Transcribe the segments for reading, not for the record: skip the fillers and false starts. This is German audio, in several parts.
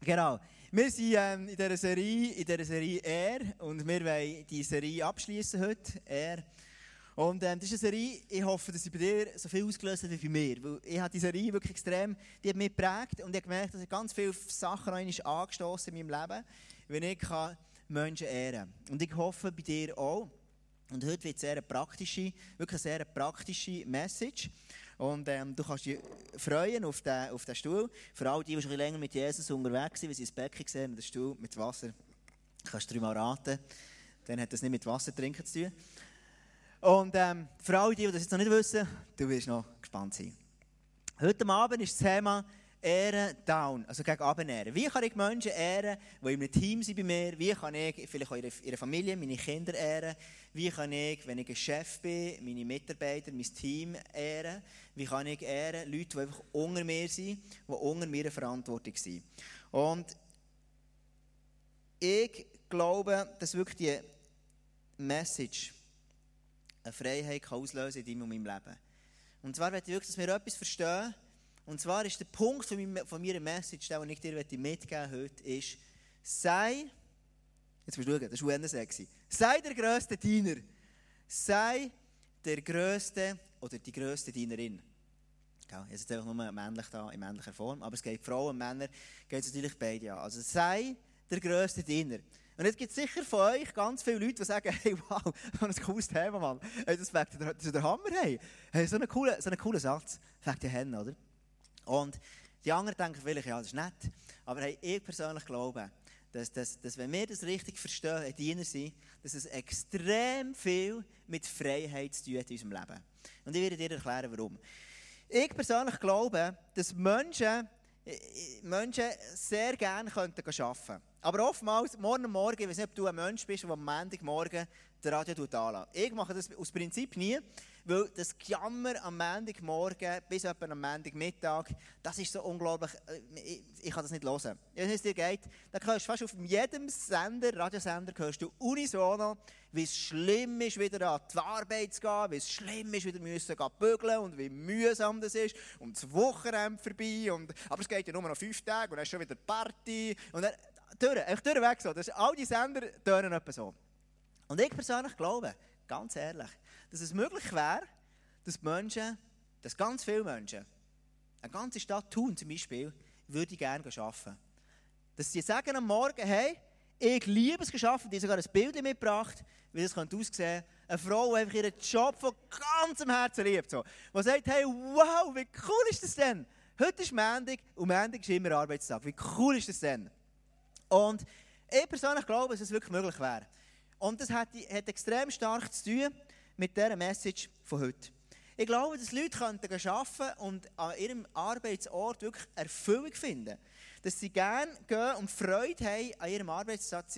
Genau. Wir sind in dieser Serie «Er» und wir wollen die Serie abschließen heute, «Er». Und das ist eine Serie, ich hoffe, dass sie bei dir so viel ausgelöst hat wie bei mir. Weil ich habe die Serie wirklich extrem, die hat mich geprägt und ich habe gemerkt, dass ich ganz viele Sachen angestoßen in meinem Leben, wenn ich Menschen ehren kann. Und ich hoffe, bei dir auch. Und heute wird es wirklich eine sehr praktische Message. Und du kannst dich freuen auf den Stuhl. Für alle, die schon ein länger mit Jesus unterwegs sind, wie sie das Becken sehen und den Stuhl mit Wasser. Kannst du 3-mal raten. Dann hat das nicht mit Wasser trinken zu tun. Und für alle, die das jetzt noch nicht wissen, du wirst noch gespannt sein. Heute Abend ist das Thema Ehren down, also gegen Abnehren. Wie kann ich Menschen ehren, die in einem Team sind bei mir? Wie kann ich vielleicht auch ihre Familie, meine Kinder ehren? Wie kann ich, wenn ich ein Chef bin, meine Mitarbeiter, mein Team ehren? Wie kann ich ehren Leute, die einfach unter mir sind, die unter meiner Verantwortung sind? Und ich glaube, dass wirklich die Message eine Freiheit auslösen in deinem und meinem Leben. Und zwar möchte ich wirklich, dass wir etwas verstehen. Und zwar ist der Punkt von meiner Message, den ich dir mitgeben heute, ist, sei, jetzt musst du schauen, das war sexy, sei der grösste Diener. Sei der grösste oder die grösste Dienerin. Ja, jetzt ist einfach nur männlich da, in männlicher Form, aber es geht Frauen und Männer, geht es natürlich beide an. Also sei der grösste Diener. Und jetzt gibt es sicher von euch ganz viele Leute, die sagen, hey, wow, so ein cooles Thema, Mann. Hey, das ist der Hammer, hey. Hey, so ein cooler Satz. Fängt ja hin, oder? Und die anderen denken vielleicht, ja, das ist nett. Aber hey, ich persönlich glaube, dass wenn wir das richtig verstehen, ein Diener sind, dass es extrem viel mit Freiheit zu tun hat in unserem Leben. Und ich werde dir erklären, warum. Ich persönlich glaube, dass Menschen sehr gerne arbeiten könnten. Aber oftmals, morgen, ich weiß nicht, ob du ein Mensch bist, der am Montagmorgen das Radio anlässt. Ich mache das aus Prinzip nie, weil das Gejammer am Montagmorgen bis etwa am Montagmittag, das ist so unglaublich, ich kann das nicht hören. Wenn es dir geht, dann hörst du fast auf jedem Sender, Radiosender, hörst du unisono, wie es schlimm ist, wieder an die Arbeit zu gehen, wie es schlimm ist, wieder müssen bügeln und wie mühsam das ist und das Wochenende vorbei. Aber es geht ja nur noch 5 Tage und dann ist schon wieder Party. Und dann durchweg so. All die Sender tönen etwa so. Und ich persönlich glaube, ganz ehrlich, dass es möglich wäre, dass ganz viele Menschen, eine ganze Stadt Thun zum Beispiel, würde gerne arbeiten. Dass sie sagen am Morgen, hey, ich liebe es arbeiten, die haben sogar ein Bild mitgebracht, wie das aussehen könnte. Eine Frau, die einfach ihren Job von ganzem Herzen liebt. So. Die sagt, hey, wow, wie cool ist das denn? Heute ist Montag und Montag ist immer Arbeitstag. Wie cool ist das denn? Und ich persönlich glaube, dass es wirklich möglich wäre. Und das hat extrem stark zu tun mit dieser Message von heute. Ich glaube, dass Leute arbeiten könnten und an ihrem Arbeitsort wirklich Erfüllung finden. Dass sie gerne gehen und Freude haben an ihrem Arbeitsplatz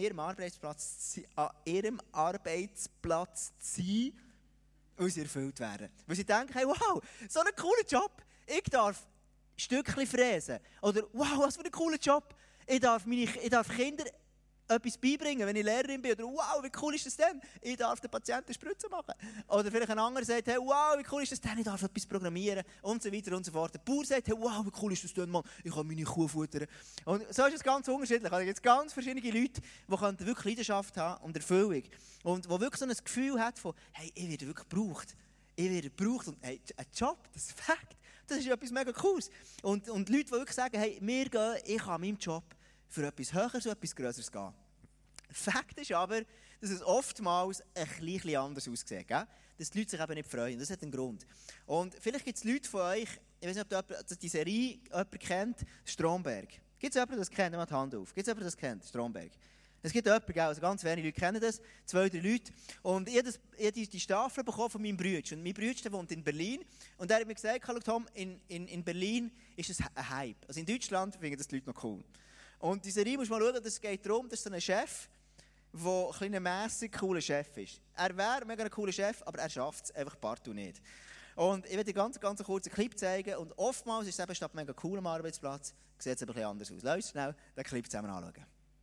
zu sein, weil sie erfüllt werden. Weil sie denken, hey, wow, so ein cooler Job. Ich darf Stückchen fräsen. Oder wow, was für ein cooler Job. Ich darf Kindern etwas beibringen, wenn ich Lehrerin bin. Oder wow, wie cool ist das denn? Ich darf den Patienten Spritzen machen. Oder vielleicht ein anderer sagt, hey, wow, wie cool ist das denn? Ich darf etwas programmieren. Und so weiter und so fort. Der Bauer sagt, hey, wow, wie cool ist das denn, Mann? Ich kann meine Kuh futtern. Und so ist es ganz unterschiedlich. Also, es gibt ganz verschiedene Leute, die wirklich Leidenschaft haben und Erfüllung. Und die wirklich so ein Gefühl haben von, hey, ich werde wirklich gebraucht. Ich werde gebraucht. Und hey, ein Job, das ist Fakt. Das ist etwas mega Cooles. Und Leute, die wirklich sagen, hey, ich kann meinem Job für etwas Höheres und etwas Größeres gehen. Fakt ist aber, dass es oftmals ein bisschen anders aussieht. Gell? Dass die Leute sich eben nicht freuen. Das hat einen Grund. Und vielleicht gibt es Leute von euch, ich weiß nicht, ob die Serie jemand kennt, Stromberg. Gibt es jemanden, der das kennt? Nehmt die Hand auf. Gibt es jemanden, der das kennt? Stromberg. Es gibt jemanden, also ganz wenige Leute kennen das, 2, 3 Leute. Und ich habe die Staffel bekommen von meinem Bruder. Und mein Bruder wohnt in Berlin. Und er hat mir gesagt, Tom, in Berlin ist es ein Hype. Also in Deutschland finden das die Leute noch cool. Und die Serie muss mal schauen, es geht darum, dass so ein Chef, der ein mässig cooler Chef ist. Er wäre ein mega cooler Chef, aber er schafft es einfach partout nicht. Und ich werde dir ganz kurzen Clip zeigen. Und oftmals ist es eben statt mega cool am Arbeitsplatz, sieht es ein bisschen anders aus. Lass uns schnell den Clip zusammen anschauen.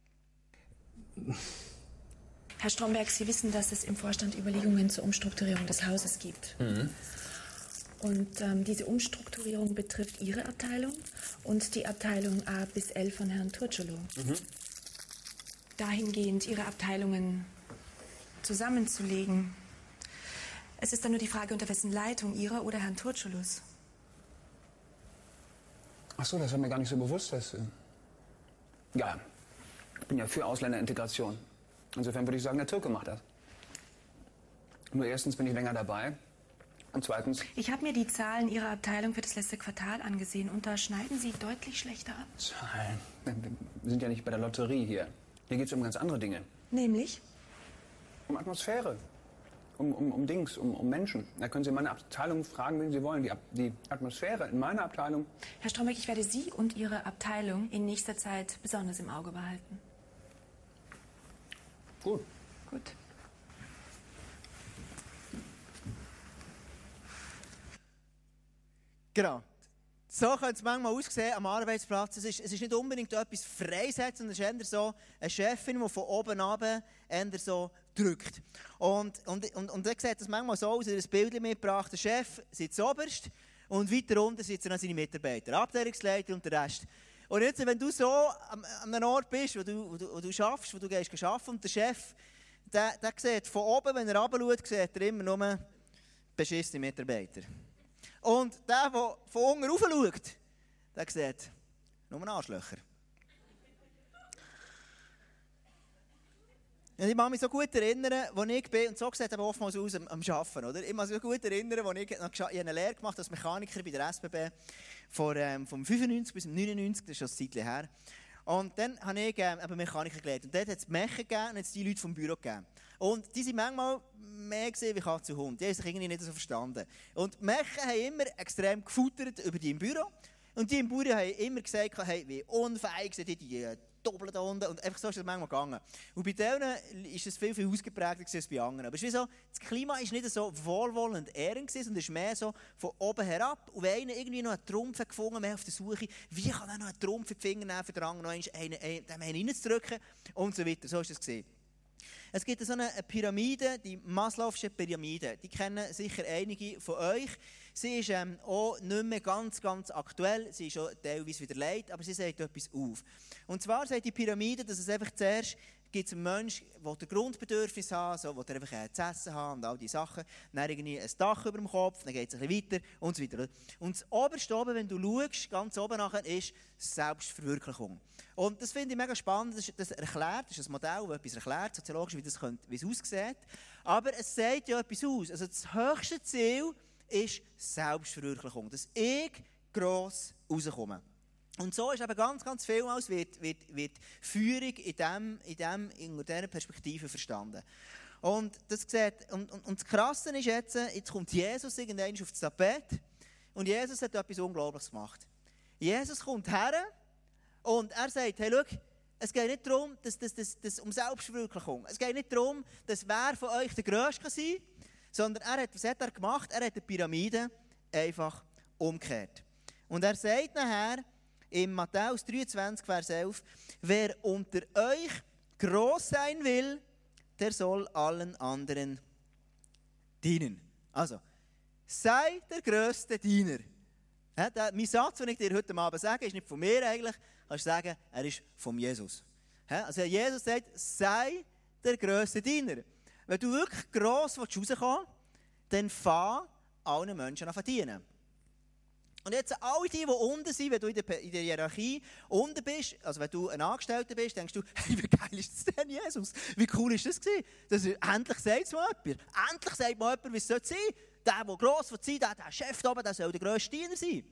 Herr Stromberg, Sie wissen, dass es im Vorstand Überlegungen zur Umstrukturierung des Hauses gibt. Mhm. Und diese Umstrukturierung betrifft Ihre Abteilung und die Abteilung A bis L von Herrn Turcolo. Dahingehend Ihre Abteilungen zusammenzulegen. Es ist dann nur die Frage, unter wessen Leitung, Ihrer oder Herrn Turcolos. Ach so, das war mir gar nicht so bewusst. Ja, ich bin ja für Ausländerintegration. Insofern würde ich sagen, der Türke macht das. Nur erstens bin ich länger dabei. Und zweitens... Ich habe mir die Zahlen Ihrer Abteilung für das letzte Quartal angesehen und da schneiden Sie deutlich schlechter ab. Zahlen? Wir sind ja nicht bei der Lotterie hier. Hier geht es um ganz andere Dinge. Nämlich? Um Atmosphäre. Um Dings, um Menschen. Da können Sie meine Abteilung fragen, wen Sie wollen. Die Atmosphäre in meiner Abteilung... Herr Strombeck, ich werde Sie und Ihre Abteilung in nächster Zeit besonders im Auge behalten. Gut. Gut. Genau. So könnte es manchmal aussehen am Arbeitsplatz. Es ist nicht unbedingt etwas freisetzen, sondern es ist eher so eine Chefin, die von oben runter eher so drückt. Und dann sieht es manchmal so aus, er hat ein Bild mitgebracht, der Chef sitzt oberst und weiter unten sitzen dann seine Mitarbeiter, Abteilungsleiter und der Rest. Und jetzt, wenn du so an einem Ort bist, wo du schaffst, wo du gehst arbeiten und der Chef, der sieht von oben, wenn er runterschaut, sieht er immer nur beschissene Mitarbeiter. Und der von unten rauf schaut, der sieht nur Arschlöcher. Und ich kann mich so gut erinnern, als ich bin, und so sieht es oftmals aus am Arbeiten, oder? Ich kann mich so gut erinnern, als ich eine Lehre gemacht habe als Mechaniker bei der SBB, vom 95 bis 99, das ist schon ein Zeitchen her. Und dann habe ich Mechaniker gelernt. Und dort hat es Mechen gegeben und jetzt die Leute vom Büro gegeben. Und die waren manchmal mehr gesehen wie Katze und Hund. Die haben sich irgendwie nicht so verstanden. Und die Mechen haben immer extrem gefuttert über die im Büro. Und die im Büro haben immer gesagt, hey, wie unfähig sind die Doppeln da unten. Und einfach so ist das manchmal gegangen. Und bei denen ist es viel ausgeprägter als bei anderen. Aber es ist wie so, das Klima war nicht so wohlwollend ehrend, sondern es ist mehr so von oben herab. Und wenn einer irgendwie noch einen Trumpf gefunden mehr auf der Suche, wie kann er noch einen Trumpf in die Finger nehmen, für den anderen noch einen reinzudrücken und so weiter. So ist es gesehen. Es gibt so eine Pyramide, die Maslow'sche Pyramide. Die kennen sicher einige von euch. Sie ist auch nicht mehr ganz aktuell. Sie ist auch teilweise wieder leid, aber sie sagt etwas auf. Und zwar sagt die Pyramide, dass es einfach zuerst gibt einen Menschen, der Grundbedürfnis hat, so, der einfach zu essen hat und all diese Sachen. Dann irgendwie ein Dach über dem Kopf, dann geht es ein bisschen weiter und so weiter. Und das oberste oben, wenn du schaust, ganz oben nachher, ist Selbstverwirklichung. Und das finde ich mega spannend. Das erklärt, das ist ein Modell, das etwas erklärt, soziologisch, wie es aussieht. Aber es sagt ja etwas aus. Also das höchste Ziel ist Selbstverwirklichung. Dass ich gross rauskomme. Und so ist eben ganz vielmals wird Führung in dieser Perspektive verstanden. Und das Krasse ist jetzt kommt Jesus irgendwann auf das Tapet und Jesus hat etwas Unglaubliches gemacht. Jesus kommt her und er sagt, hey, schau, es geht nicht darum, um Selbstverwirklichung. Es geht nicht darum, dass wer von euch der Grösste kann sein, sondern was hat er gemacht? Er hat die Pyramide einfach umgekehrt. Und er sagt nachher, in Matthäus 23, Vers 11, wer unter euch gross sein will, der soll allen anderen dienen. Also, sei der grösste Diener. Ja, mein Satz, den ich dir heute Abend sage, ist nicht von mir eigentlich, kannst du sagen, er ist von Jesus. Ja, also Jesus sagt, sei der grösste Diener. Wenn du wirklich gross rauskommen willst, dann fang allen Menschen an zu dienen. Und jetzt alle die unten sind, wenn du in der Hierarchie unten bist, also wenn du ein Angestellter bist, denkst du, hey, wie geil ist das denn, Jesus? Wie cool ist das gewesen? Endlich sagt es mal jemand. Endlich sagt mal jemand, wie es sein soll. Der gross sein, der Chef da oben, der soll der grösste Diener sein.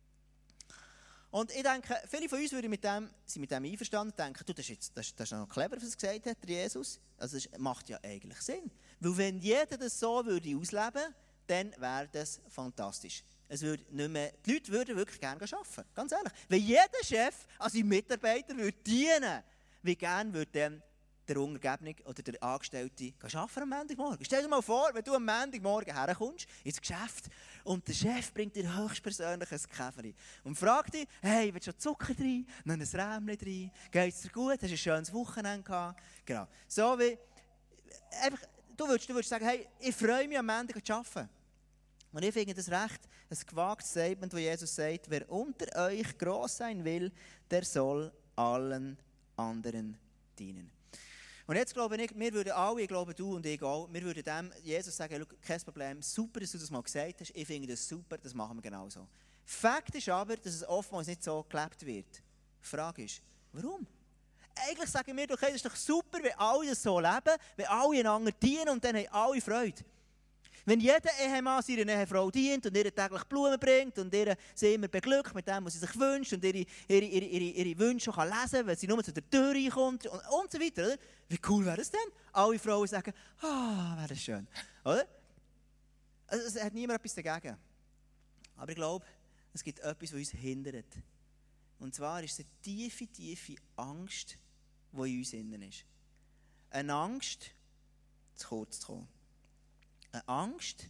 Und ich denke, viele von uns sind mit dem einverstanden und denken, du, das ist noch clever, was er gesagt hat, der Jesus. Also das macht ja eigentlich Sinn. Weil wenn jeder das so würde ausleben, dann wäre das fantastisch. Es würde nicht mehr, die Leute würden wirklich gerne arbeiten, ganz ehrlich. Wenn jeder Chef an seinen Mitarbeiter würde dienen, wie gerne würde dann der Untergebene oder der Angestellte arbeiten am Montagmorgen. Stell dir mal vor, wenn du am Montagmorgen herkommst ins Geschäft und der Chef bringt dir höchstpersönlich ein Käferchen und fragt dich, hey, willst du Zucker rein, noch ein Rämchen rein, geht es dir gut, hast du ein schönes Wochenende gehabt? Genau. So wie, einfach, du würdest sagen, hey, ich freue mich am Montag zu arbeiten. Und ich finde das recht ein gewagtes Statement, wo Jesus sagt, wer unter euch gross sein will, der soll allen anderen dienen. Und jetzt glaube ich, wir würden alle, ich glaube du und ich auch, wir würden dem Jesus sagen, kein Problem, super, dass du das mal gesagt hast, ich finde das super, das machen wir genauso. Fakt ist aber, dass es oftmals nicht so gelebt wird. Die Frage ist, warum? Eigentlich sagen wir doch, hey, das ist doch super, wenn alle das so leben, wenn alle einander dienen und dann haben alle Freude. Wenn jeder Ehemann seiner Ehefrau dient und ihr täglich Blumen bringt und sie immer beglückt mit dem, was sie sich wünscht und ihre Wünsche kann lesen, wenn sie nur zu der Tür reinkommt und so weiter. Oder? Wie cool wäre das denn? Alle Frauen sagen, wäre das schön. Oder? Also, es hat niemand etwas dagegen. Aber ich glaube, es gibt etwas, was uns hindert. Und zwar ist es eine tiefe, tiefe Angst, die in uns innen ist. Eine Angst, zu kurz zu kommen. Eine Angst,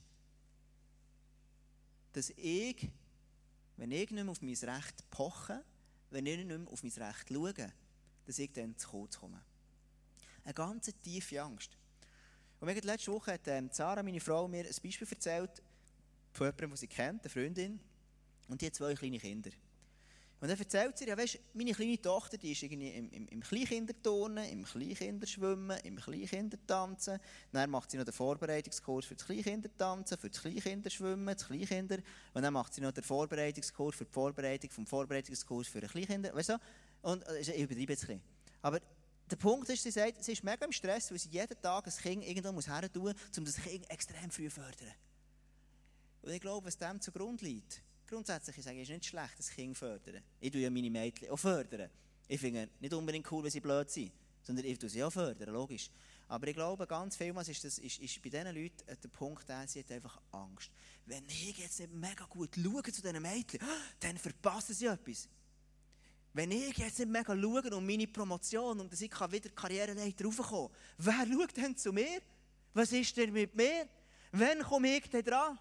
dass ich, wenn ich nicht mehr auf mein Recht poche, wenn ich nicht mehr auf mein Recht schaue, dass ich dann zu kurz komme. Eine ganz tiefe Angst. Und letzte Woche hat Sarah, meine Frau, mir ein Beispiel erzählt von jemandem, den sie kennt, eine Freundin, und die hat 2 kleine Kinder. Und dann erzählt sie, ja, weißt, meine kleine Tochter, die ist irgendwie im Kleinkinderturnen, im Kleinkinderschwimmen, im Kleinkindertanzen. Dann macht sie noch den Vorbereitungskurs für das Kleinkindertanzen, für das Kleinkinderschwimmen, das Kleinkinder. Und dann macht sie noch den Vorbereitungskurs für die Vorbereitung vom Vorbereitungskurs für ein Kleinkinder. Weißt du? Und ich übertreibe jetzt ein bisschen. Aber der Punkt ist, sie sagt, sie ist mega im Stress, weil sie jeden Tag ein Kind irgendwo her tun muss, um das Kind extrem früh zu fördern. Und ich glaube, was dem zugrunde liegt, grundsätzlich ich sage ich, ist nicht schlecht, das Kind fördern. Ich tue ja meine Mädchen auch fördern. Ich finde nicht unbedingt cool, wenn sie blöd sind, sondern ich tue sie auch fördern, logisch. Aber ich glaube, ganz vielmals ist bei diesen Leuten der Punkt, sie hat einfach Angst. Wenn ich jetzt nicht mega gut schaue zu diesen Mädchen, dann verpassen sie etwas. Wenn ich jetzt nicht mega schaue um meine Promotion und dass ich wieder Karriereleiter raufkommen kann, wer schaut denn zu mir? Was ist denn mit mir? Wann komme ich denn dran?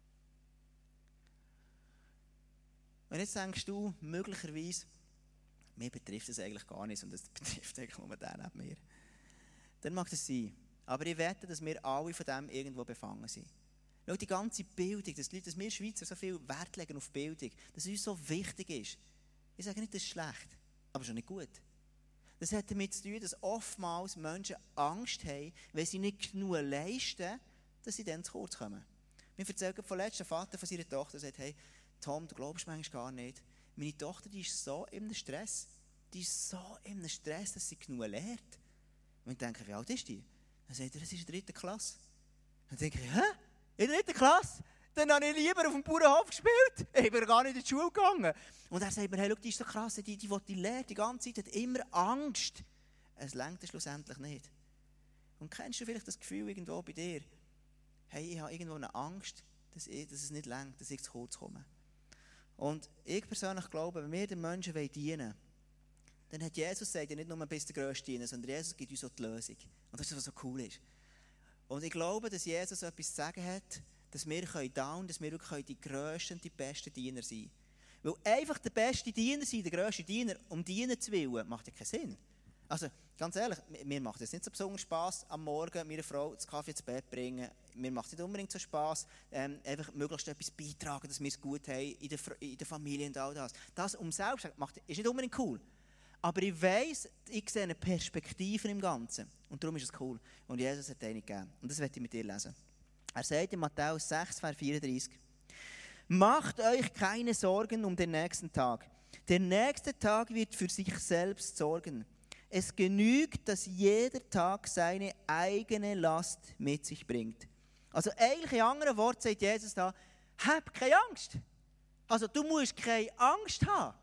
Und jetzt denkst du, möglicherweise, mir betrifft das eigentlich gar nicht und das betrifft eigentlich nur den neben mir. Dann mag das sein. Aber ich wette, dass wir alle von dem irgendwo befangen sind. Schau, die ganze Bildung, dass wir Schweizer so viel Wert legen auf Bildung, dass es uns so wichtig ist. Ich sage nicht, das ist schlecht, aber schon nicht gut. Das hat damit zu tun, dass oftmals Menschen Angst haben, wenn sie nicht genug leisten, dass sie dann zu kurz kommen. Mir erzählt von letztem Vater von seiner Tochter, der sagt, hey, Tom, du glaubst manchmal gar nicht. Meine Tochter, die ist so im Stress. Die ist so im Stress, dass sie genug lernt. Und ich denke, wie alt ist die? Dann sagt er, das ist in der 3. Klasse. Dann denke ich, hä? In der 3. Klasse? Dann habe ich lieber auf dem Bauernhof gespielt. Ich bin gar nicht in die Schule gegangen. Und er sagt mir, hey, schau, die ist so krass, die lernt die ganze Zeit, hat immer Angst. Es reicht schlussendlich nicht. Und kennst du vielleicht das Gefühl irgendwo bei dir? Hey, ich habe irgendwo eine Angst, dass es nicht reicht, dass ich zu kurz komme. Und ich persönlich glaube, wenn wir den Menschen dienen wollen, dann hat Jesus gesagt, ja nicht nur bis der Größte dienen, sondern Jesus gibt uns auch die Lösung. Und das ist, was so cool ist. Und ich glaube, dass Jesus etwas zu sagen hat, dass wir dass wir wirklich die grössten und die besten Diener sein können. Weil einfach der beste Diener sein, der grösste Diener, um dienen zu wollen, macht ja keinen Sinn. Also, ganz ehrlich, mir macht es nicht so besonders Spass, am Morgen meiner Frau das Kaffee ins Bett bringen. Mir macht es nicht unbedingt so Spass, einfach möglichst etwas beitragen, dass wir es gut haben in der Familie und all das. Das selbst ist nicht unbedingt cool. Aber ich weiss, ich sehe eine Perspektive im Ganzen. Und darum ist es cool. Und Jesus hat eine gegeben. Und das möchte ich mit dir lesen. Er sagt in Matthäus 6, Vers 34, macht euch keine Sorgen um den nächsten Tag. Der nächste Tag wird für sich selbst sorgen. Es genügt, dass jeder Tag seine eigene Last mit sich bringt. Also eigentlich in anderen Worten sagt Jesus da, hab keine Angst. Also du musst keine Angst haben.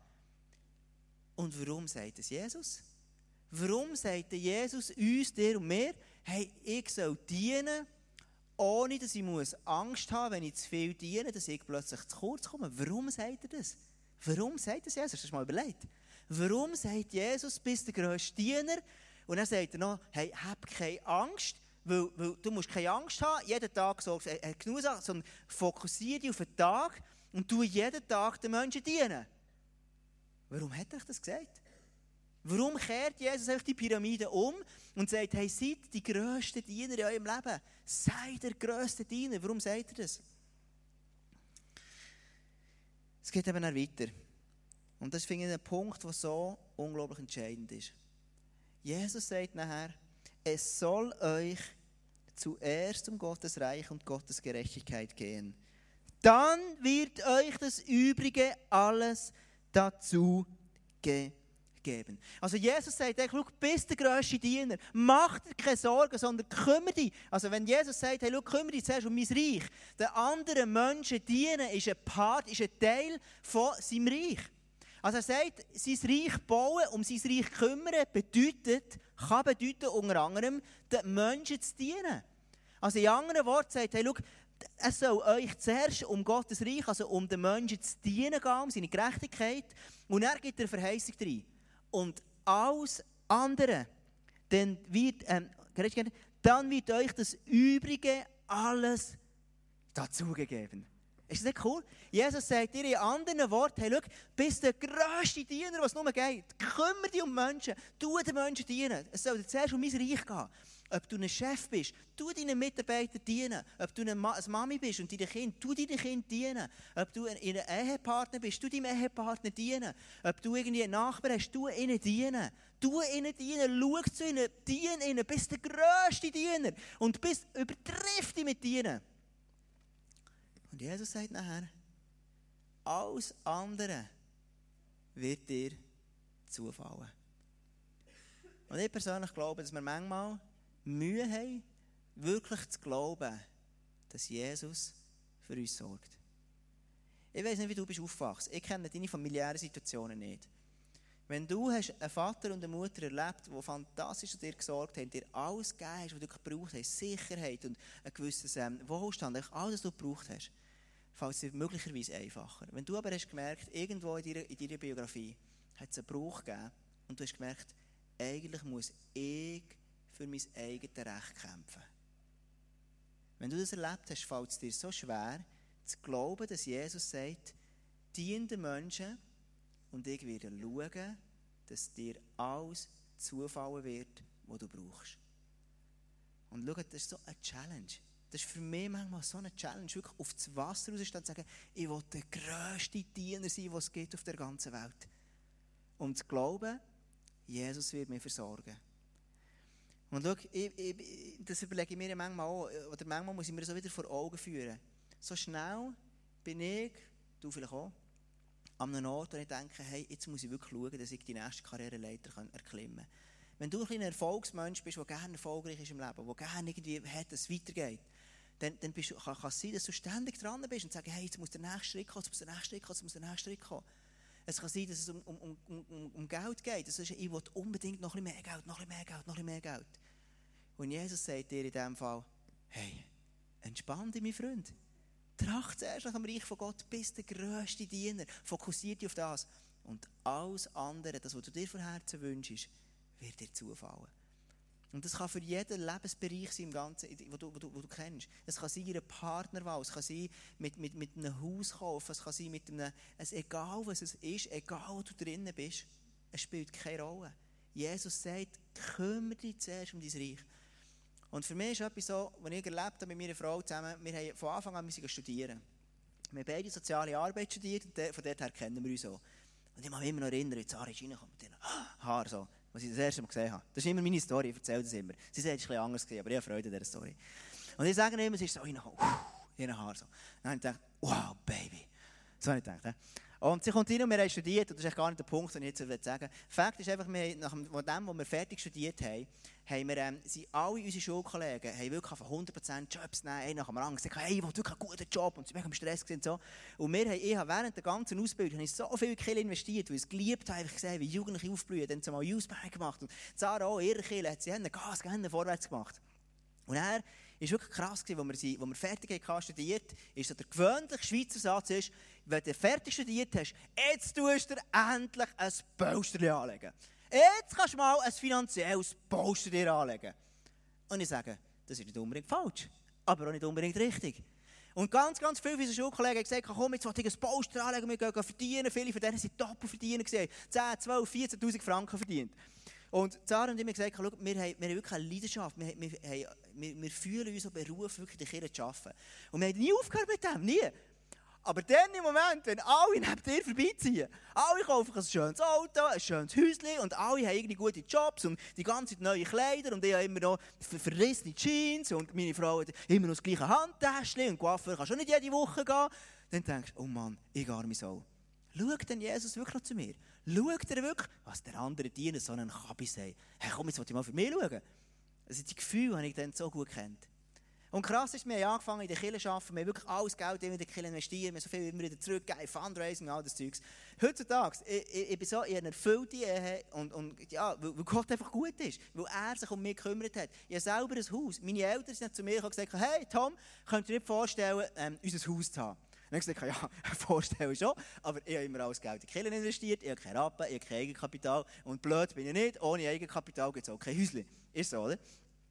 Und warum sagt es Jesus? Warum sagt Jesus uns, dir und mir, hey, ich soll dienen, ohne dass ich Angst haben muss, wenn ich zu viel diene, dass ich plötzlich zu kurz komme? Warum sagt er das? Warum sagt das Jesus? Hast du dir mal überlegt? Warum sagt Jesus, bist der grösste Diener? Und dann sagt er noch, hey, hab keine Angst, weil du musst keine Angst haben, jeden Tag so genug Sachen, sondern fokussiere dich auf den Tag und tu jeden Tag den Menschen dienen. Warum hat er euch das gesagt? Warum kehrt Jesus euch die Pyramide um und sagt, hey, seid die grössten Diener in eurem Leben? Seid der grösste Diener. Warum sagt er das? Es geht eben auch weiter. Und das finde ich ein Punkt, der so unglaublich entscheidend ist. Jesus sagt nachher, es soll euch zuerst um Gottes Reich und Gottes Gerechtigkeit gehen. Dann wird euch das Übrige alles dazu geben. Also Jesus sagt, hey, schau, bist der grösste Diener. Mach dir keine Sorgen, sondern kümmere dich. Also wenn Jesus sagt, hey, schau, kümmere dich zuerst um mein Reich. Den anderen Menschen dienen ist ein Part, ist ein Teil von seinem Reich. Also er sagt, sein Reich bauen, um sein Reich kümmern, kann bedeuten unter anderem, den Menschen zu dienen. Also in anderen Worten sagt er, schau, es soll euch zuerst um Gottes Reich, also um den Menschen zu dienen gehen, um seine Gerechtigkeit. Und er gibt eine Verheißung rein. Und alles andere, dann wird euch das Übrige alles dazugegeben. Ist das nicht cool? Jesus sagt dir in anderen Worten, hey, schau, bist der grösste Diener, was nur geht. Kümmere dich um Menschen, tu den Menschen dienen. Es soll dir zuerst um mein Reich gehen. Ob du ein Chef bist, tu deinen Mitarbeitern dienen. Ob du eine Mami bist und deinen Kind, tu deinen Kind dienen. Ob du ein Ehepartner bist, tu deinem Ehepartner dienen. Ob du irgendwie einen Nachbar hast, tu ihnen dienen. Tu ihnen dienen, schau zu ihnen, diene ihnen, bist der grösste Diener. Und übertriff dich mit dienen. Und Jesus sagt nachher, alles andere wird dir zufallen. Und ich persönlich glaube, dass wir manchmal Mühe haben, wirklich zu glauben, dass Jesus für uns sorgt. Ich weiss nicht, wie du bist aufgewachsen. Ich kenne deine familiären Situationen nicht. Wenn du hast einen Vater und eine Mutter erlebt, die fantastisch für dich gesorgt haben, dir alles gegeben hast, was du gebraucht hast, Sicherheit und ein gewisses Wohlstand, alles, was du gebraucht hast, fällt es dir möglicherweise einfacher. Wenn du aber hast gemerkt, irgendwo in deiner Biografie hat es einen Bruch gegeben und du hast gemerkt, eigentlich muss ich für mein eigenes Recht kämpfen. Wenn du das erlebt hast, fällt es dir so schwer, zu glauben, dass Jesus sagt, dien den Menschen und ich werde schauen, dass dir alles zufallen wird, was du brauchst. Und schau, das ist so eine Challenge. Das ist für mich manchmal so eine Challenge, wirklich auf das Wasser rauszustehen und zu sagen, ich will der grösste Diener sein, was es gibt auf der ganzen Welt. Und zu glauben, Jesus wird mich versorgen. Und schau, das überlege ich mir manchmal auch, oder manchmal muss ich mir so wieder vor Augen führen. So schnell bin ich, du vielleicht auch, an einem Ort, wo ich denke, hey, jetzt muss ich wirklich schauen, dass ich die nächste Karriereleiter erklimmen kann. Wenn du ein Erfolgsmensch bist, der gerne erfolgreich ist im Leben, der gerne irgendwie hat, dass es weitergeht, dann kann es sein, dass du ständig dran bist und sagst, hey, jetzt muss der nächste Schritt kommen, jetzt muss der nächste Schritt kommen, jetzt muss der nächste Schritt kommen. Es kann sein, dass es um Geld geht. Das ist, ich will unbedingt noch ein bisschen mehr Geld, noch ein bisschen mehr Geld, noch ein bisschen mehr Geld. Und Jesus sagt dir in diesem Fall, hey, entspann dich, mein Freund. Tracht zuerst nach dem Reich von Gott, bist der grösste Diener. Fokussiert dich auf das. Und alles andere, das, was du dir von Herzen wünschst, wird dir zufallen. Und das kann für jeden Lebensbereich sein, im Ganzen, wo du kennst. Es kann sein, ihre Partnerwahl, es kann sein, mit einem Hauskauf, es kann sein, mit einem, egal was es ist, egal wo du drinnen bist, es spielt keine Rolle. Jesus sagt, kümmere dich zuerst um dein Reich. Und für mich ist etwas so, was ich erlebt habe mit meiner Frau zusammen, wir haben von Anfang an studieren. Wir haben beide soziale Arbeit studiert und von dort her kennen wir uns so. Und ich kann mich immer noch erinnern, wie Sarah ist reingekommen mit ihren Haaren so, was ich das erste Mal gesehen habe. Das ist immer meine Story, ich erzähle das immer. Sie sagt, es ist ein bisschen anders gewesen, aber ich habe Freude an dieser Story. Und ich sage immer, sie ist so reingekommen, ihren Haar so. Dann habe ich gedacht, wow, Baby. So habe ich gedacht. Und sie kommt rein und wir haben studiert, und das ist gar nicht der Punkt, den ich jetzt sagen will. Fakt ist einfach, nach dem, was wir fertig studiert haben, sind alle unsere Schulkollegen haben wirklich von 100% Jobs nehmen, einer nach dem anderen gesagt, hey, ich will wirklich einen guten Job, und sie waren im Stress und so. Und ich habe während der ganzen Ausbildung so viel Kill investiert, weil ich es geliebt habe, einfach gesehen, wie Jugendliche aufblühen, dann haben sie mal Youthbike gemacht, und Sarah auch, ihre Kill, hat sie Gas, vorwärts gemacht. Und er war wirklich krass, als wir fertig haben studiert, ist so der gewöhnliche Schweizer Satz ist, wenn du fertig studiert hast, jetzt tust du dir endlich ein Polsterchen anlegen. Jetzt kannst du mal ein finanzielles Polster dir anlegen. Und ich sage, das ist nicht unbedingt falsch, aber auch nicht unbedingt richtig. Und ganz, ganz viele unserer Schulkollegen haben gesagt, komm, jetzt will ich ein Polster anlegen, wir gehen verdienen. Viele von denen sind Doppelverdiener gewesen, 10, 12, 14'000 Franken verdient. Und Sarah und ich haben gesagt, schau, wir haben wirklich eine Leidenschaft, wir fühlen uns so berufen, wirklich die Kirche zu arbeiten. Und wir haben nie aufgehört mit dem, nie. Aber dann im Moment, wenn alle neben dir vorbeiziehen, alle kaufen ein schönes Auto, ein schönes Häuschen und alle haben irgendwie gute Jobs und die ganze Zeit neue Kleider und ich habe immer noch verrissene Jeans und meine Frau hat immer noch das gleiche Handtäschchen und Coiffeur kann schon nicht jede Woche gehen, dann denkst du, oh Mann, ich arme Sau. Schaut denn Jesus wirklich noch zu mir? Schaut er wirklich, was der andere Diener so einen Kabis sagt? Hey, komm, jetzt will ich mal für mich schauen. Also die Gefühle habe ich dann so gut gekannt. Und krass ist, wir haben angefangen in der Kirche zu arbeiten, wir haben wirklich alles Geld in die Kirche investiert, wir haben so viel immer wieder zurückgegeben, Fundraising, all das Zeugs. Heutzutage, ich bin so in einer erfüllten Ehe und ja, weil Gott einfach gut ist, weil er sich um mich gekümmert hat. Ich habe selber ein Haus. Meine Eltern sind zu mir gekommen und gesagt, hey Tom, könnt ihr dir nicht vorstellen, unser Haus zu haben? Und ich habe gesagt, ja, vorstellen schon, aber ich habe immer alles Geld in die Kirche investiert, ich habe keinen Rappen, ich habe kein Eigenkapital und blöd bin ich nicht, ohne Eigenkapital gibt es auch kein Häuschen. Ist so, oder?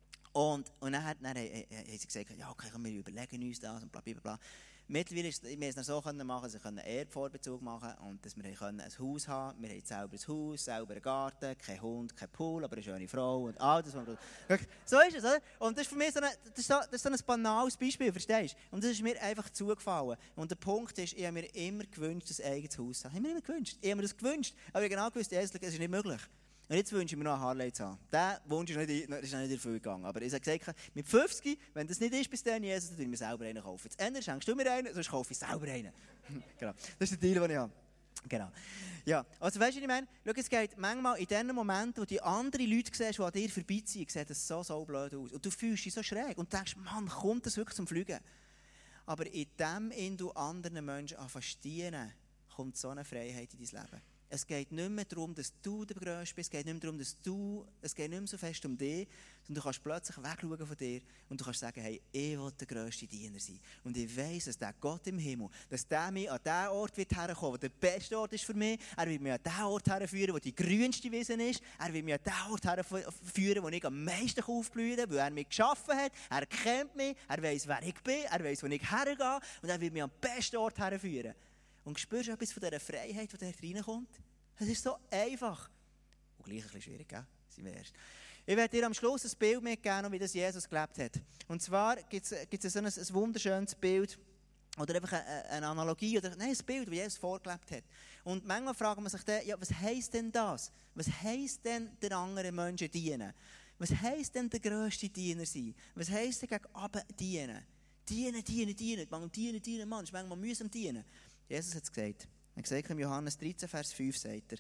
Und dann haben sie gesagt, ja, okay, wir überlegen uns das und bla bla bla. Mittlerweile wir es dann so machen, dass wir einen Erdvorbezug machen und dass wir ein Haus haben. Wir haben selber ein Haus, selber einen Garten, kein Hund, kein Pool, aber eine schöne Frau und all das. So ist es, oder? Und das ist für mich das ist so ein banales Beispiel, verstehst du? Und das ist mir einfach zugefallen. Und der Punkt ist, ich habe mir immer gewünscht, ein eigenes Haus zu haben. Ich habe mir immer gewünscht. Ich habe mir das gewünscht, aber ich habe genau gewusst, es ist nicht möglich. Und jetzt wünsche ich mir noch einen Harley zu haben. Der Wunsch ist nicht erfüllt gegangen. Aber ich habe gesagt, mit 50, wenn das nicht ist bis dann, Jesus, dann will ich mir selber einen kaufen. Jetzt Ende schenkst du mir einen, sonst kaufe ich selber einen. Genau. Das ist der Deal, den ich habe. Genau. Ja, also weißt du, was ich meine? Schau, es geht manchmal in den Momenten, wo die anderen Leute siehst, die an dir vorbeiziehen, sieht das so blöd aus. Und du fühlst dich so schräg und denkst, Mann, kommt das wirklich zum Fliegen? Aber in dem, du anderen Menschen anfängst zu dienen, kommt so eine Freiheit in dein Leben. Es geht nicht mehr darum, dass du der Größte bist, es geht nicht mehr darum, es geht nicht mehr so fest um dich, sondern du kannst plötzlich wegschauen von dir und du kannst sagen, hey, ich will der grösste Diener sein. Und ich weiss, dass der Gott im Himmel, dass der mich an den Ort wird herkommen, der der beste Ort ist für mich. Er wird mich an den Ort herführen, wo die grünste Wiese ist. Er wird mich an den Ort herführen, wo ich am meisten aufblühen kann, weil er mich geschaffen hat. Er kennt mich, er weiss, wer ich bin, er weiss, wo ich hergehe und er wird mich am besten Ort herführen. Und spürst du etwas von dieser Freiheit, die da reinkommt? Es ist so einfach. Und gleich ein bisschen schwierig, gell? Sind wir erst. Ich werde dir am Schluss ein Bild mitgeben, wie das Jesus gelebt hat. Und zwar gibt es so ein wunderschönes Bild, oder einfach eine Analogie, oder ein Bild, das Jesus vorgelebt hat. Und manchmal fragt man sich dann, ja, was heisst denn das? Was heisst denn der anderen Menschen dienen? Was heisst denn der grösste Diener sein? Was heisst denn gegen Abend dienen? Dienen. Manchmal dienen, Mann. Es ist manchmal mühsam dienen. Jesus hat es gesagt. Er hat gesagt, im Johannes 13, Vers 5 sagt er.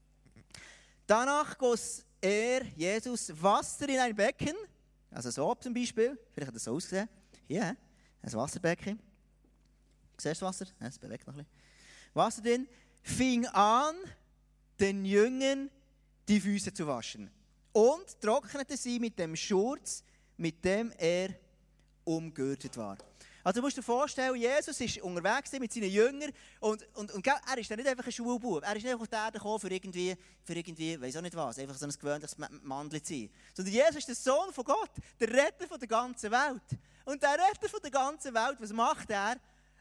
Danach goss Jesus, Wasser in ein Becken. Also so zum Beispiel. Vielleicht hat das so ausgesehen. Hier, ein Wasserbecken. Siehst du das Wasser? Ja, es bewegt noch ein bisschen. Wasser drin. Fing an, den Jüngern die Füße zu waschen. Und trocknete sie mit dem Schurz, mit dem er umgürtet war. Also du musst dir vorstellen, Jesus ist unterwegs mit seinen Jüngern und er ist dann nicht einfach ein Schulbub. Er ist nicht einfach auf die Erde gekommen, für irgendwie, weiss auch nicht was, einfach so ein gewöhnliches Mandel zu sein. Sondern Jesus ist der Sohn von Gott, der Retter von der ganzen Welt. Und der Retter von der ganzen Welt, was macht er?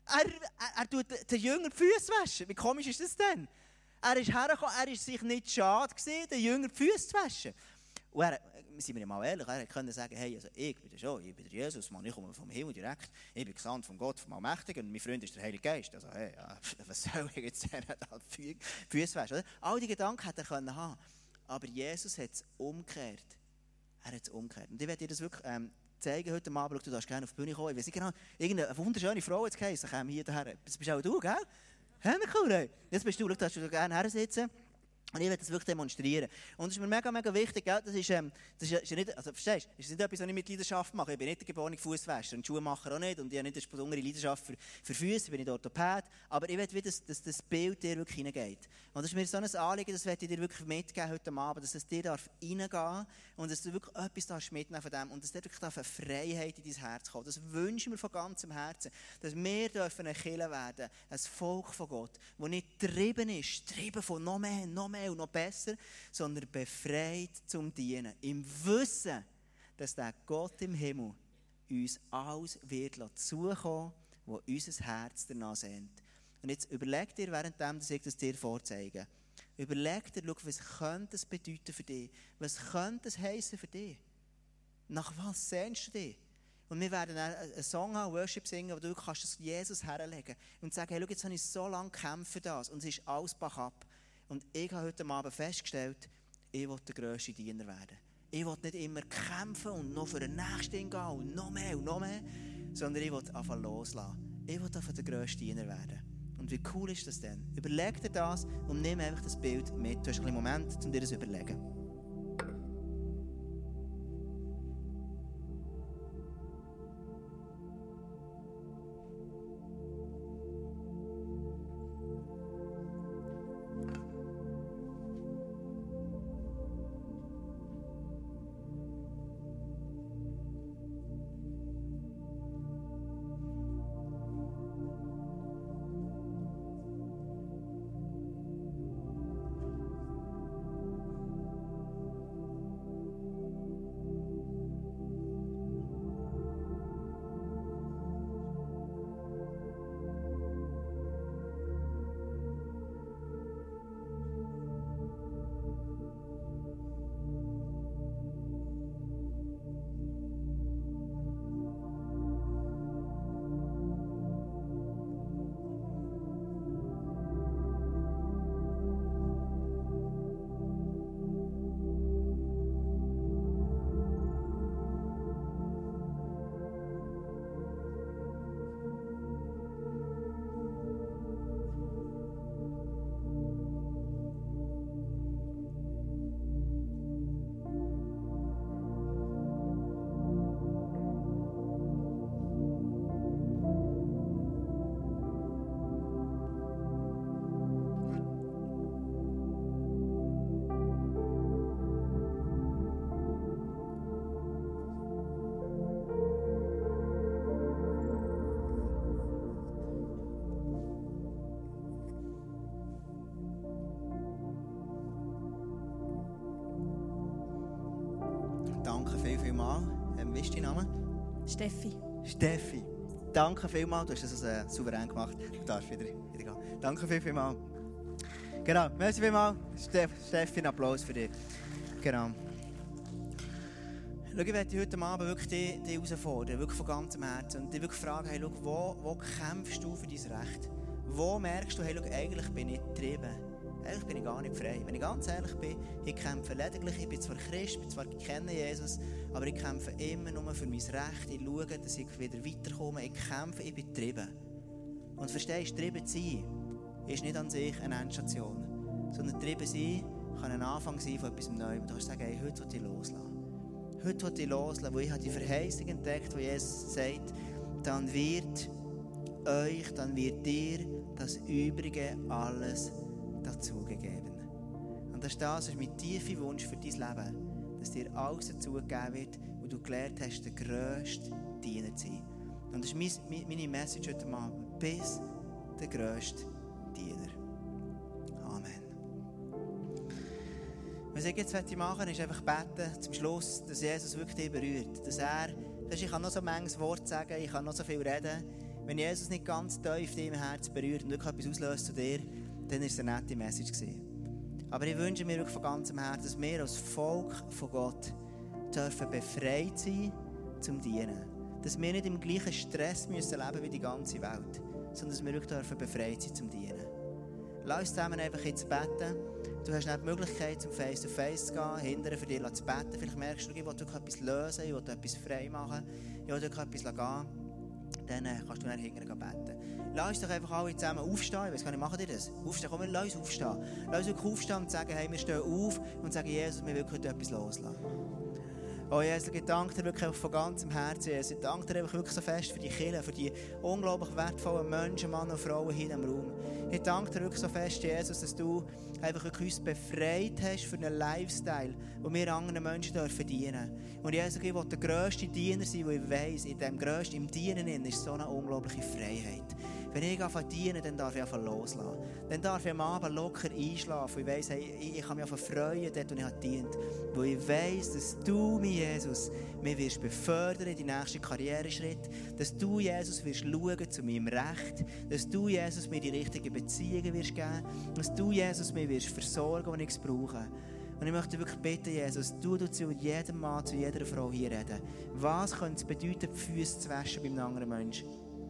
Er tut den Jüngern die Füße waschen. Wie komisch ist das denn? Er ist hergekommen, er war sich nicht schade gewesen, den Jüngern die Füße zu waschen. Und sind wir mal ehrlich, er konnte sagen, hey, also ich bin der Jesus, Mann, ich komme vom Himmel direkt, ich bin gesandt von Gott, vom Allmächtigen, und mein Freund ist der Heilige Geist. Also, hey, was soll ich jetzt die Füße waschen? Oder? All die Gedanken hätte er können haben. Aber Jesus hat es umgekehrt. Er hat es umgekehrt. Und ich werde dir das wirklich zeigen heute Abend. Du darfst gerne auf die Bühne kommen. Ich weiß nicht genau, irgendeine wunderschöne Frau jetzt geheißen, kommen hier daher. Das bist auch du, gell? Hä, cool, hey. Jetzt bist du, darfst du gerne her sitzen. Und ich werde das wirklich demonstrieren. Und es ist mir mega, mega wichtig, gell? Das ist ja nicht, also verstehst du, es ist nicht etwas, was ich mit Leidenschaft mache. Ich bin nicht der geborene Fußwäscher und Schuhmacher auch nicht. Und ich habe nicht eine besondere Leidenschaft für Füße, ich bin nicht Orthopäd. Aber ich will, dass das Bild dir wirklich hineingeht. Und das ist mir so ein Anliegen, das werde ich dir wirklich mitgeben heute Abend, dass es dir reingehen darf und dass du wirklich etwas mitnehmen von dem und dass dir wirklich eine Freiheit in dein Herz kommt. Das wünsche ich mir von ganzem Herzen, dass wir eine Kirche werden, ein Volk von Gott, das nicht getrieben von noch mehr und noch besser, sondern befreit zum Dienen. Im Wissen, dass der Gott im Himmel uns alles wird zukommen, was unser Herz danach sehnt. Und jetzt überleg dir, währenddem ich das dir vorzeige, überleg dir, was könnte es bedeuten für dich? Was könnte es heissen für dich? Nach was sehnst du dich? Und wir werden einen Song haben, Worship singen, wo du kannst das Jesus herlegen und sagen, hey, schau, jetzt habe ich so lange gekämpft für das und es ist alles bachab. Und ich habe heute Abend festgestellt, ich will der grösste Diener werden. Ich will nicht immer kämpfen und noch für den Nächsten gehen und noch mehr, sondern ich will einfach loslassen. Ich will einfach der grösste Diener werden. Und wie cool ist das denn? Überleg dir das und nimm einfach das Bild mit. Du hast einen Moment, um dir das zu überlegen. Danke vielmals. Wie ist dein Name? Steffi. Steffi. Danke vielmals. Du hast das souverän gemacht. Du darfst wieder gehen. Danke vielmals. Genau. Merci vielmals. Steffi, einen Applaus für dich. Genau. Schau, ich werde heute Abend wirklich dich herausfordern, wirklich von ganzem Herzen. Und dich wirklich fragen, hey, schau, wo kämpfst du für dein Recht? Wo merkst du, hey, schau, eigentlich bin ich getrieben? Eigentlich bin ich gar nicht frei. Wenn ich ganz ehrlich bin, ich kämpfe lediglich, ich bin zwar Christ, ich kenne Jesus, aber ich kämpfe immer nur für mein Recht. Ich schaue, dass ich wieder weiterkomme. Ich kämpfe, ich bin getrieben. Und verstehst du, getrieben zu sein, ist nicht an sich eine Endstation, sondern getrieben sein kann ein Anfang sein von etwas Neuem. Du kannst sagen, hey, heute will ich loslassen. Heute will ich loslassen, wo ich die Verheißung entdeckt, wo Jesus sagt, dann wird dir das Übrige alles dazugegeben. Und das ist mein tiefer Wunsch für dein Leben, dass dir alles dazugegeben wird, wo du gelernt hast, der grösste Diener zu sein. Und das ist meine Message heute Abend. Bis der grösste Diener. Amen. Was ich jetzt machen möchte, ist einfach beten, zum Schluss, dass Jesus wirklich dich berührt. Ich kann noch so manches Wort sagen, ich kann noch so viel reden. Wenn Jesus nicht ganz tief in deinem Herz berührt und wirklich etwas auslöst zu dir, dann war es eine nette Message gewesen. Aber ich wünsche mir wirklich von ganzem Herzen, dass wir als Volk von Gott dürfen befreit sein zum Dienen. Dass wir nicht im gleichen Stress müssen leben wie die ganze Welt, sondern dass wir wirklich dürfen befreit sein zum Dienen. Lass uns zusammen einfach jetzt beten. Du hast nicht die Möglichkeit, zum Face-to-Face zu gehen, hinterher für dich zu beten. Vielleicht merkst du, ich will wirklich etwas lösen, ich will etwas frei machen, ich will wirklich etwas gehen. Dann kannst du dann hinterher beten. Lass uns doch einfach alle zusammen aufstehen. Ich weiss gar nicht, machen die das? Aufstehen, komm, lass uns aufstehen. Lass uns wirklich aufstehen und sagen, hey, wir stehen auf und sagen, Jesus, wir wollen heute etwas loslassen. Oh Jesus, ich danke dir wirklich von ganzem Herzen, Jesus. Ich danke dir wirklich so fest für die Kirche, für die unglaublich wertvollen Menschen, Männer und Frauen hier im Raum. Ich danke dir wirklich so fest, Jesus, dass du einfach wirklich uns befreit hast für einen Lifestyle, wo wir anderen Menschen dienen dürfen. Und Jesus, ich will der grösste Diener sein, wo ich weiss, im Dienen ist so eine unglaubliche Freiheit. Wenn ich anfange zu dienen, dann darf ich anfangen loslassen. Dann darf ich am Abend locker einschlafen. Ich weiss, hey, ich kann mich anfangen freuen, dort, wo ich gedient habe. Wo ich weiss, dass du, mein Jesus, mich wirst befördern in die nächsten Karriereschritt. Dass du, Jesus, wirst schauen zu meinem Recht. Dass du, Jesus, mir die richtigen Beziehungen wirst geben. Dass du, Jesus, mich wirst versorgen, wenn ich es brauche. Und ich möchte wirklich bitten, Jesus, du zu jedem Mann, zu jeder Frau hier reden. Was könnte es bedeuten, die Füße zu waschen bei einem anderen Menschen?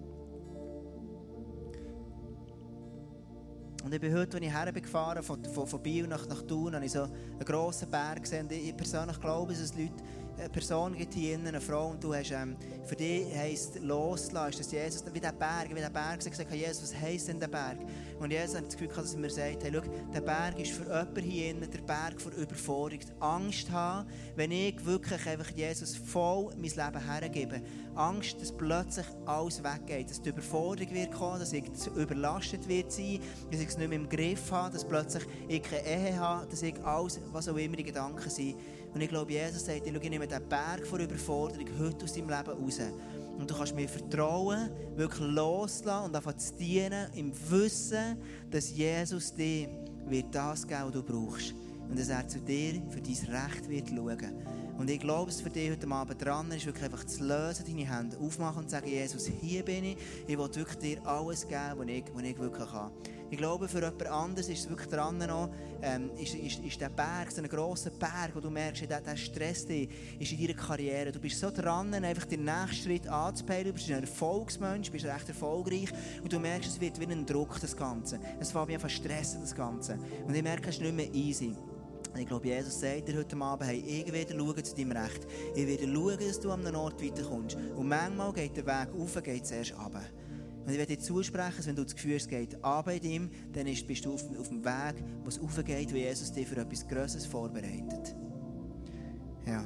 Und ich bin heute, als ich hergefahren bin, von Biel nach Thun, habe ich so einen grossen Berg gesehen. Und ich persönlich glaube, dass es Leute, eine Person gibt hier innen, eine Frau, und du hast, für dich heisst loslassen, dass Jesus, wie der Berg gesagt hat, Jesus, was heisst denn der Berg? Und Jesus hat das Gefühl, dass er mir sagt, hey, schau, der Berg ist für jemanden hier innen der Berg vor Überforderung. Angst haben, wenn ich wirklich einfach Jesus voll mein Leben hergebe. Angst, dass plötzlich alles weggeht, dass die Überforderung wird kommen, dass ich überlastet wird sein, dass ich es nicht mehr im Griff habe, dass plötzlich ich keine Ehe habe, dass ich alles, was auch immer die Gedanken sind. Und ich glaube, Jesus sagt, ich nehme den Berg vor Überforderung heute aus deinem Leben raus. Und du kannst mir vertrauen, wirklich loslassen und anfangen zu dienen, im Wissen, dass Jesus dir wird das geben, was du brauchst. Und dass er zu dir für dein Recht wird schauen. Und ich glaube, dass für dich heute Abend dran ist, wirklich einfach zu lösen, deine Hände aufmachen und zu sagen, Jesus, hier bin ich. Ich will wirklich dir alles geben, was ich wirklich kann. Ich glaube, für jemand anderes ist es wirklich dran noch, ist der Berg, so ein grosser Berg, wo du merkst, der Stress ist in deiner Karriere. Du bist so dran, einfach den nächsten Schritt anzupeilen. Du bist ein Erfolgsmensch, du bist recht erfolgreich und du merkst, es wird wie ein Druck, das Ganze. Es fängt mich einfach stressen, das Ganze. Und ich merke, es ist nicht mehr easy. Ich glaube, Jesus sagt dir heute Abend, hey, ich werde schauen zu deinem Recht. Ich werde schauen, dass du an einem Ort weiterkommst. Und manchmal geht der Weg rauf, geht es erst runter. Und ich werde dir zusprechen, dass wenn du das Gefühl hast, es geht runter in ihm, dann bist du auf dem Weg, wo es raufgeht, wo Jesus dir für etwas Grosses vorbereitet. Ja.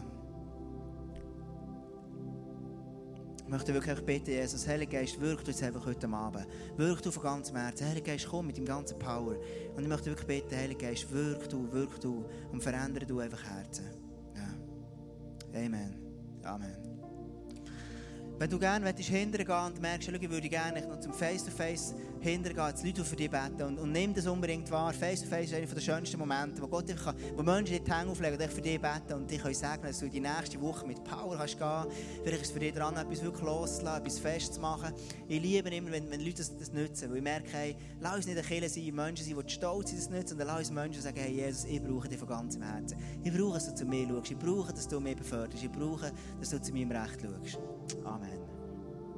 Ich möchte wirklich bitten, Jesus, Heiliger Geist, wirk du jetzt einfach heute Abend. Wirk du von ganzem Herzen. Heiliger Geist, komm mit deinem ganzen Power. Und ich möchte wirklich bitten, Heiliger Geist, wirk du und verändere du einfach Herzen. Ja. Amen. Amen. Wenn du gerne hinterher gehen und merkst, ich würde gerne noch zum Face-to-Face hintergehen, die Leute für dich beten und nimm das unbedingt wahr. Face-to-Face ist einer der schönsten Momente, wo Gott kann, wo Menschen die Hände auflegen und für dich beten und dich sagen, dass du die nächste Woche mit Power kannst gehen. Vielleicht ist es für dich dran, etwas wirklich loszulassen, etwas festzumachen. Ich liebe immer, wenn Leute das nutzen, weil ich merke, hey, lass uns nicht eine Kirche sein, Menschen sein, die stolz sind, das nutzen, sondern lass uns Menschen sagen, hey Jesus, ich brauche dich von ganzem Herzen. Ich brauche, dass du zu mir schaust. Ich brauche, dass du mich beförderst. Ich brauche, dass du zu meinem Recht schaust. Amen.